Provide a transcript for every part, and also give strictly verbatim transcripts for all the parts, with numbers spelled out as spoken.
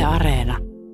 Areena.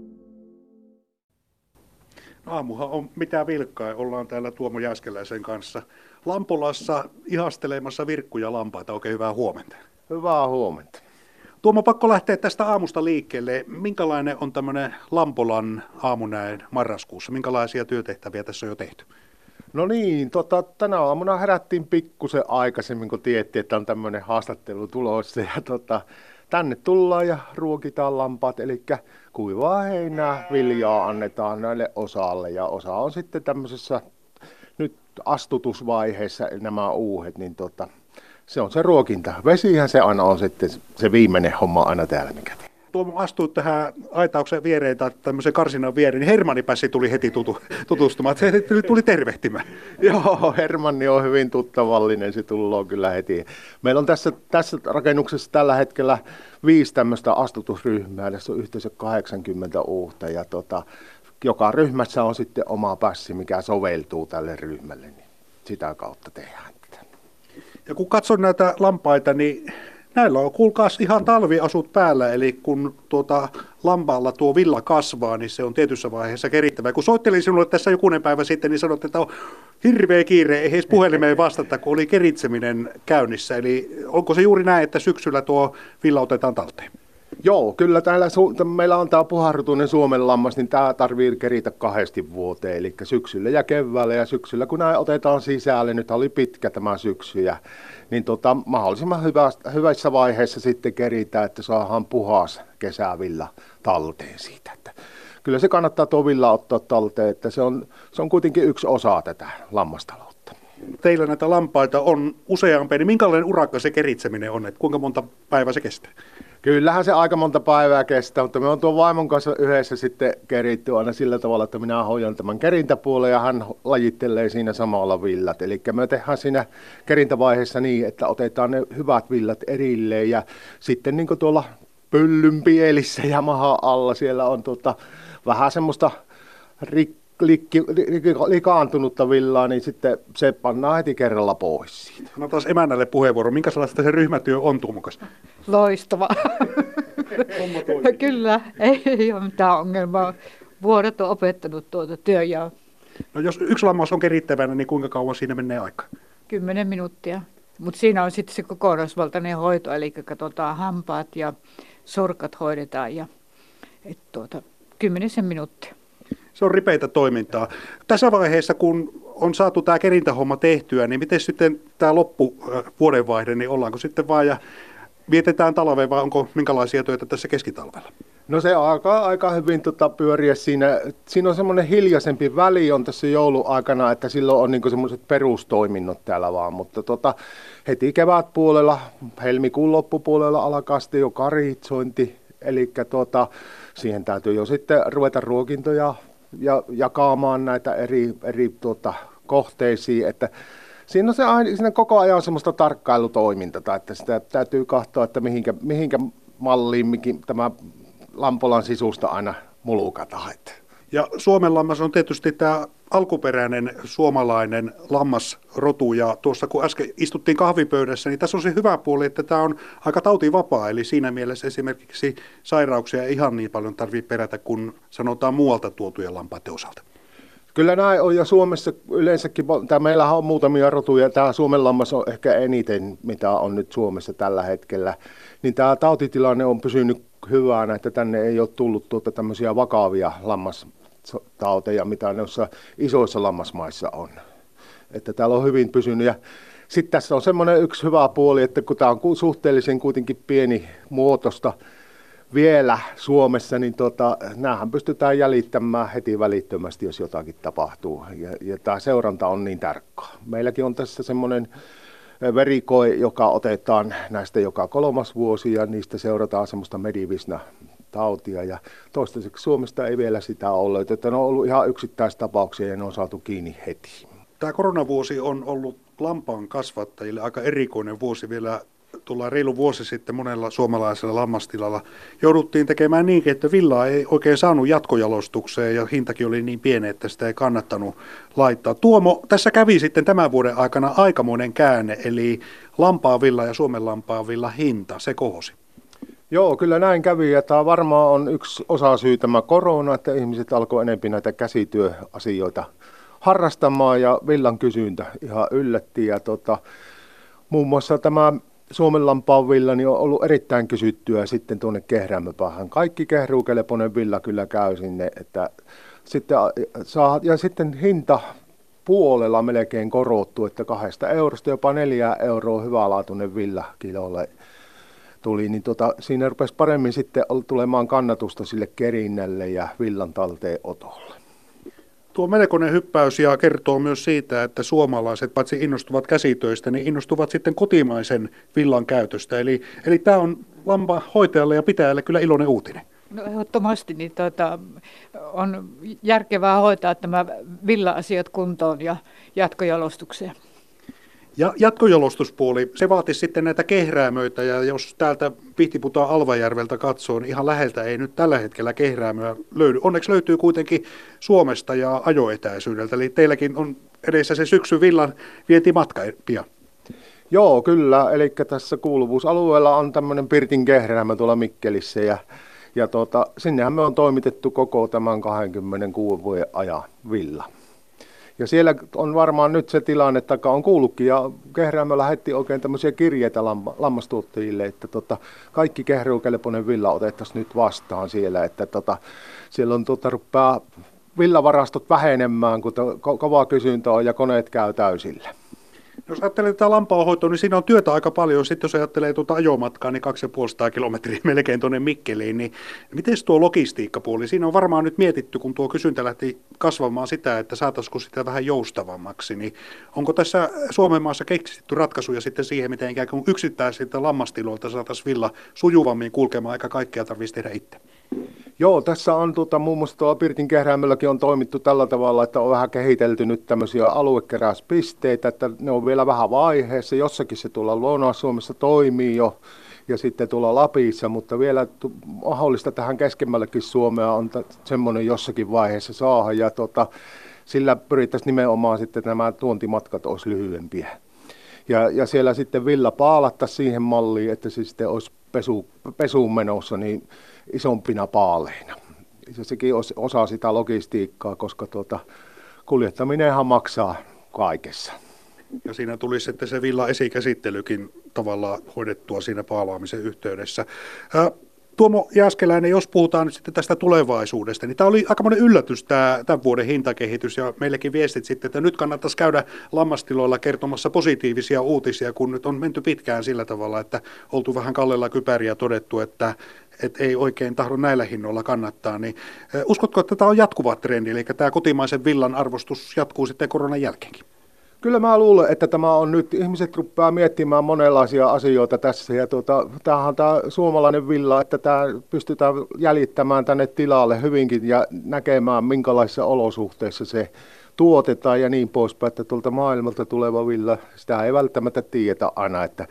Aamuhan on mitä vilkkaa. Ollaan täällä Tuomo Jääskeläisen kanssa Lampolassa ihastelemassa virkkuja lampaita. Oikein hyvää huomenta. Hyvää huomenta. Tuomo, pakko lähteä tästä aamusta liikkeelle. Minkälainen on tämmöinen Lampolan aamu näin marraskuussa? Minkälaisia työtehtäviä tässä on jo tehty? No niin, tota, tänä aamuna herättiin pikkusen aikaisemmin, kun tiedettiin, että on tämmöinen haastattelu tulossa. Ja tota, tänne tullaan ja ruokitaan lampaat, eli kuivaa heinää, viljaa annetaan näille osalle. Ja osa on sitten tämmöisessä nyt astutusvaiheessa nämä uuhet, niin tota, se on se ruokinta. Vesihän se aina on sitten se viimeinen homma aina täällä, mikä tehdään. Tuomo astuu tähän aitauksen viereen tai tämmöisen karsinan viereen, niin Hermanni-pässi tuli heti tutu, tutustumaan. Se tuli tervehtimään. Joo, Hermanni on hyvin tuttavallinen, se tulee kyllä heti. Meillä on tässä, tässä rakennuksessa tällä hetkellä viisi tämmöistä astutusryhmää, tässä on yhteensä kahdeksankymmentä uutta ja tota, joka ryhmässä on sitten oma pässi, mikä soveltuu tälle ryhmälle, niin sitä kautta tehdään. Ja kun katson näitä lampaita, niin näillä on kuulkaas ihan talviasut päällä, eli kun tuota lampaalla tuo villa kasvaa, niin se on tietyssä vaiheessa kerittävä. Kun soittelin sinulle tässä jokunen päivä sitten, niin sanoit, että on hirveä kiire, ei edes puhelimeen vastata, kun oli keritseminen käynnissä. Eli onko se juuri näin, että syksyllä tuo villa otetaan talteen? Joo, kyllä täällä su- meillä on tämä puharrutuinen Suomen lammas, niin tämä tarvii keritä kahdesti vuoteen, eli syksyllä ja keväällä. Ja syksyllä, kun nämä otetaan sisälle, nyt oli pitkä tämä syksy, ja, niin tota, mahdollisimman hyvä, hyvässä vaiheessa sitten keritä, että saadaan puhas kesävilla talteen siitä. Että kyllä se kannattaa tuo villa ottaa talteen, että se on, se on kuitenkin yksi osa tätä lammastaloutta. Teillä näitä lampaita on useampia, niin minkälainen urakka se keritseminen on, että kuinka monta päivää se kestää? Kyllähän se aika monta päivää kestää, mutta me on tuon vaimon kanssa yhdessä sitten keritty aina sillä tavalla, että minä hoidan tämän kerintäpuolen ja hän lajittelee siinä samalla villat. Eli me tehdään siinä kerintävaiheessa niin, että otetaan ne hyvät villat erilleen ja sitten niin kuin tuolla pyllyn pielissä ja mahan alla siellä on tuota, vähän semmoista rik- Likki, likaantunutta villaa, niin sitten se pannaan heti kerralla pois siitä. No taas emännälle puheenvuoro. Minkälaista se ryhmätyö on, Tuomokas? Loistava. Kyllä, ei, ei ole mitään ongelmaa. Vuodet on opettanut tuota työjaa. No jos yksi lammas on kerittävänä, niin kuinka kauan siinä menee aikaa? Kymmenen minuuttia. Mutta siinä on sitten se kokonaisvaltainen hoito, eli katsotaan hampaat ja sorkat hoidetaan ja et tuota, kymmenisen minuuttia. Se on ripeitä toimintaa. Tässä vaiheessa, kun on saatu tämä kerintähomma tehtyä, niin miten sitten tämä loppu vuodenvaihde, niin ollaanko sitten vaan ja vietetään talveen vai onko minkälaisia töitä tässä keskitalvella? No se alkaa aika hyvin tota, pyöriä siinä. Siinä on semmoinen hiljaisempi väli on tässä jouluaikana, että silloin on niinku semmoiset perustoiminnot täällä vaan. Mutta tota, heti kevätpuolella, helmikuun loppupuolella alkaa sitten jo karitsointi. Eli tota, siihen täytyy jo sitten ruveta ruokintoja ja jakamaan näitä eri, eri tuota, kohteisiin, että siinä on se siinä koko ajan semmoista tarkkailutoimintaa, että sitä täytyy katsoa, että mihinkä, mihinkä malliin mihin tämä Lampolan sisusta aina mulukataan. Ja Suomen lammas on tietysti tämä alkuperäinen suomalainen lammasrotu, ja tuossa kun äsken istuttiin kahvipöydässä, niin tässä on se hyvä puoli, että tämä on aika tautivapaa, eli siinä mielessä esimerkiksi sairauksia ei ihan niin paljon tarvitse perätä kuin sanotaan muualta tuotujen lampaiden osalta. Kyllä näin on, ja Suomessa yleensäkin, tämä meillähän on muutamia rotuja, tämä Suomen lammas on ehkä eniten, mitä on nyt Suomessa tällä hetkellä, niin tämä tautitilanne on pysynyt hyvänä, että tänne ei ole tullut tuota tämmöisiä vakavia lammastauteja, mitä noissa isoissa lammasmaissa on. Että täällä on hyvin pysynyt. Ja sitten tässä on semmoinen yksi hyvä puoli, että kun tämä on suhteellisen kuitenkin pieni muotosta vielä Suomessa, niin tota, näähän pystytään jäljittämään heti välittömästi, jos jotakin tapahtuu. Ja, ja tämä seuranta on niin tarkkaa. Meilläkin on tässä semmoinen verikoe, joka otetaan näistä joka kolmas vuosi, ja niistä seurataan semmoista Medivisna-tautia. Ja toistaiseksi Suomesta ei vielä sitä ole, että ne on ollut ihan yksittäistapauksia ja ne on saatu kiinni heti. Tämä koronavuosi on ollut lampaan kasvattajille aika erikoinen vuosi vielä. Tullaan reilu vuosi sitten monella suomalaisella lammastilalla jouduttiin tekemään niin, että villaa ei oikein saanut jatkojalostukseen ja hintakin oli niin pieni, että sitä ei kannattanut laittaa. Tuomo, tässä kävi sitten tämän vuoden aikana aikamoinen käänne, eli lampaanvilla ja Suomen lampaanvilla hinta, se kohosi. Joo, kyllä näin kävi ja tämä varmaan on yksi osa syy tämä korona, että ihmiset alkoi enemmän näitä käsityöasioita harrastamaan ja villan kysyntä ihan yllätti. Ja tota, muun muassa tämä Suomenlampaan villa niin on ollut erittäin kysyttyä sitten tuonne Kehräämöpäähän. Kaikki kehruukelpoinen villa kyllä käy sinne, että sitten, saa, ja sitten hinta puolella melkein korottu, että kahdesta eurosta jopa neljää euroa hyvälaatuinen villa kilolle tuli, niin tota, siinä rupesi paremmin sitten tulemaan kannatusta sille kerinnälle ja villan talteenotolle. Tuo melkoinen hyppäys ja kertoo myös siitä, että suomalaiset paitsi innostuvat käsitöistä, niin innostuvat sitten kotimaisen villan käytöstä. Eli, eli tämä on lampa hoitajalle ja pitäjälle kyllä iloinen uutinen. No ehdottomasti niin tuota, on järkevää hoitaa tämä villa-asiat kuntoon ja jatkojalostukseen. Ja jatkojalostuspuoli, se vaatisi sitten näitä kehräämöitä, ja jos täältä Pihtiputaan Alvajärveltä katsoo, niin ihan läheltä ei nyt tällä hetkellä kehräämöä löydy. Onneksi löytyy kuitenkin Suomesta ja ajoetäisyydeltä, eli teilläkin on edessä se syksyn villan vientimatka pian. Joo, kyllä, eli tässä kuuluvuusalueella on tämmöinen Pirtin kehräämö tuolla Mikkelissä, ja, ja tuota, sinnehän me on toimitettu koko tämän kaksikymmentäkuuden vuoden ajan villa. Ja siellä on varmaan nyt se tilanne, että on kuullutkin, ja Kehräämö lähetti oikein tämmöisiä kirjeitä lammastuottajille, että tota, kaikki kehruukelpoinen villa otettaisiin nyt vastaan siellä, että tota, siellä on tota, rupeaa villavarastot vähenemään, kun to, ko- kovaa kysyntä on ja koneet käy täysillä. Jos ajattelee tätä lampaanhoitoa, niin siinä on työtä aika paljon. Sitten jos ajattelee tuota ajomatkaa, niin kaksisataaviisikymmentä kilometriä melkein tuonne Mikkeliin, niin miten tuo logistiikkapuoli? Siinä on varmaan nyt mietitty, kun tuo kysyntä lähti kasvamaan sitä, että saataisiko sitä vähän joustavammaksi. Niin onko tässä Suomen maassa keksitty ratkaisuja sitten siihen, miten ikään kuin yksittäisiltä lammastiloilta saataisiin villa sujuvammin kulkemaan, eikä kaikkea tarvitsisi tehdä itse? Joo, tässä on tuota, muun muassa tuolla Pirtin kehräämölläkin on toimittu tällä tavalla, että on vähän kehitelty nyt tämmöisiä aluekeräyspisteitä, että ne on vielä vähän vaiheessa. Jossakin se tuolla Lounais-Suomessa toimii jo ja sitten tuolla Lapissa, mutta vielä tu- mahdollista tähän keskemmällekin Suomea on t- semmoinen jossakin vaiheessa saada. Ja tota, sillä pyrittäisiin nimenomaan sitten nämä tuontimatkat olisi lyhyempiä. Ja, ja siellä sitten villa paalattaisiin siihen malliin, että se sitten olisi pesu, pesuun menossa niin isompina paaleina. Ja sekin olisi osa sitä logistiikkaa, koska tuota, kuljettaminenhan maksaa kaikessa. Ja siinä tuli sitten se villa esikäsittelykin tavallaan hoidettua siinä paalaamisen yhteydessä. Ää, Tuomo Jääskeläinen, jos puhutaan nyt sitten tästä tulevaisuudesta, niin tämä oli aikamoinen yllätys tämä tämän vuoden hintakehitys ja meillekin viestit sitten, että nyt kannattaisi käydä lammastiloilla kertomassa positiivisia uutisia, kun nyt on menty pitkään sillä tavalla, että oltu vähän kallella kypäriä todettu, että, että ei oikein tahdo näillä hinnoilla kannattaa. Niin, uskotko, että tämä on jatkuva trendi, eli tämä kotimaisen villan arvostus jatkuu sitten koronan jälkeenkin? Kyllä mä luulen, että tämä on nyt, ihmiset rupeaa miettimään monenlaisia asioita tässä ja tuota, tämähän on tämä suomalainen villa, että tämä pystytään jäljittämään tänne tilalle hyvinkin ja näkemään minkälaisissa olosuhteissa se tuotetaan ja niin poispäin, että tuolta maailmalta tuleva villa, sitä ei välttämättä tiedetä aina, että,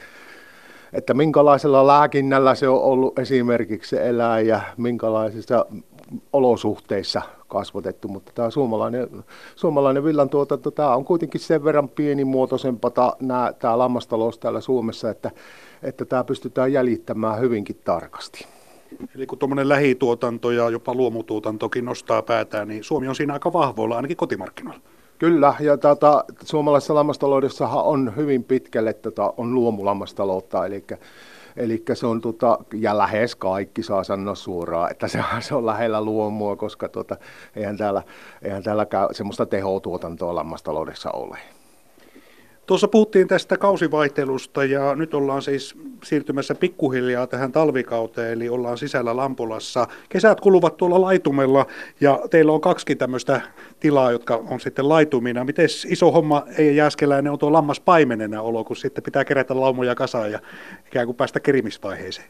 että minkälaisella lääkinnällä se on ollut esimerkiksi se eläin ja minkälaisissa olosuhteissa kasvatettu, mutta tämä suomalainen, suomalainen villantuotanto, tämä on kuitenkin sen verran pienimuotoisempaa nämä, tämä lammastalous täällä Suomessa, että, että tämä pystytään jäljittämään hyvinkin tarkasti. Eli kun tuommoinen lähituotanto ja jopa luomutuotantokin nostaa päätään, niin Suomi on siinä aika vahvoilla, ainakin kotimarkkinoilla. Kyllä, ja tata, suomalaisessa lammastaloudessahan on hyvin pitkälle tota, on luomulammastaloutta, eli Eli se on, tota, ja lähes kaikki saa sanoa suoraan, että se, se on lähellä luomua, koska tota, eihän täällä, eihän täällä semmoista tehotuotantoa lammastaloudessa ole. Tuossa puhuttiin tästä kausivaihtelusta ja nyt ollaan siis siirtymässä pikkuhiljaa tähän talvikauteen, eli ollaan sisällä Lampolassa. Kesät kuluvat tuolla laitumella ja teillä on kaksi tämmöistä tilaa, jotka on sitten laitumina. Miten iso homma ei Jääskeläinen on tuo lammaspaimenena olo, kun sitten pitää kerätä laumoja kasaan ja ikään kuin päästä kerimisvaiheeseen?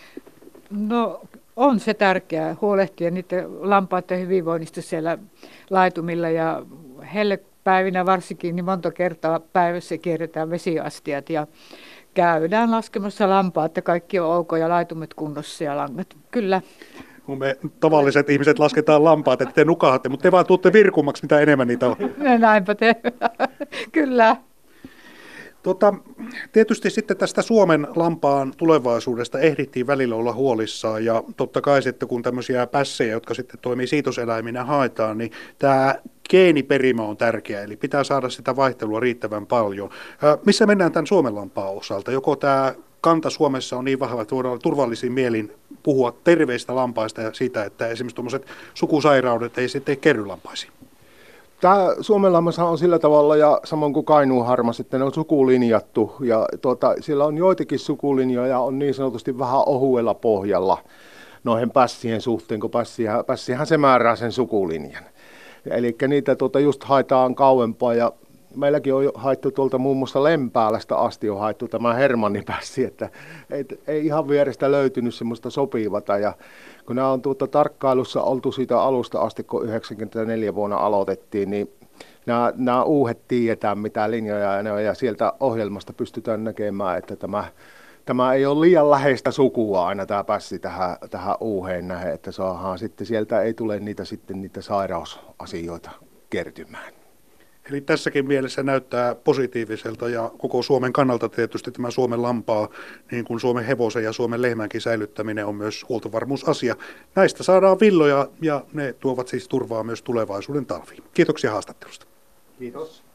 No on se tärkeää huolehtia niiden lampaiden hyvinvoinnista siellä laitumilla ja helle päivinä varsinkin niin monta kertaa päivässä kierretään vesiastiat ja käydään laskemassa lampaat, että kaikki on ok ja laitumet kunnossa ja langat. Kyllä. Kun me tavalliset ihmiset lasketaan lampaat, että te nukahatte, mutta te vaan tuutte virkummaksi, mitä enemmän niitä on. Näinpä te. Kyllä. Tota, tietysti sitten tästä Suomen lampaan tulevaisuudesta ehdittiin välillä olla huolissaan ja totta kai sitten kun tämmöisiä pässejä, jotka sitten toimii siitoseläiminä haetaan, niin tämä geeniperimä on tärkeä, eli pitää saada sitä vaihtelua riittävän paljon. Ää, missä mennään tämän Suomen lampaan osalta? Joko tämä kanta Suomessa on niin vahva, että voidaan turvallisin mielin puhua terveistä lampaista ja siitä, että esimerkiksi tuommoiset sukusairaudet ei sitten kerry lampaisiin? Tämä Suomen lammashan on sillä tavalla, ja samoin kuin Kainuun harmas, että ne on sukulinjattu, ja tuota, siellä on joitakin sukulinjoja on niin sanotusti vähän ohuella pohjalla noihin pässien suhteen, kun pässihän, pässihän se määrää sen sukulinjan. Eli niitä tuota, just haetaan kauempaa, ja meilläkin on haettu tuolta muun muassa Lempäälästä asti on haettu tämä hermannipässi, että ei, ei ihan vierestä löytynyt semmoista sopivata. Ja kun nämä on tuota tarkkailussa oltu siitä alusta asti, kun yhdeksänkymmentäneljä vuonna aloitettiin, niin nämä, nämä uuhet tiedetään, mitä linjoja ne on, ja sieltä ohjelmasta pystytään näkemään, että tämä, tämä ei ole liian läheistä sukua aina tämä pässi tähän, tähän uuheen nähden, että saadaan sitten sieltä ei tule niitä, sitten niitä sairausasioita kertymään. Eli tässäkin mielessä näyttää positiiviselta ja koko Suomen kannalta tietysti tämä Suomen lampaa, niin kuin Suomen hevosen ja Suomen lehmänkin säilyttäminen on myös huoltovarmuusasia. Näistä saadaan villoja ja ne tuovat siis turvaa myös tulevaisuuden talviin. Kiitoksia haastattelusta. Kiitos.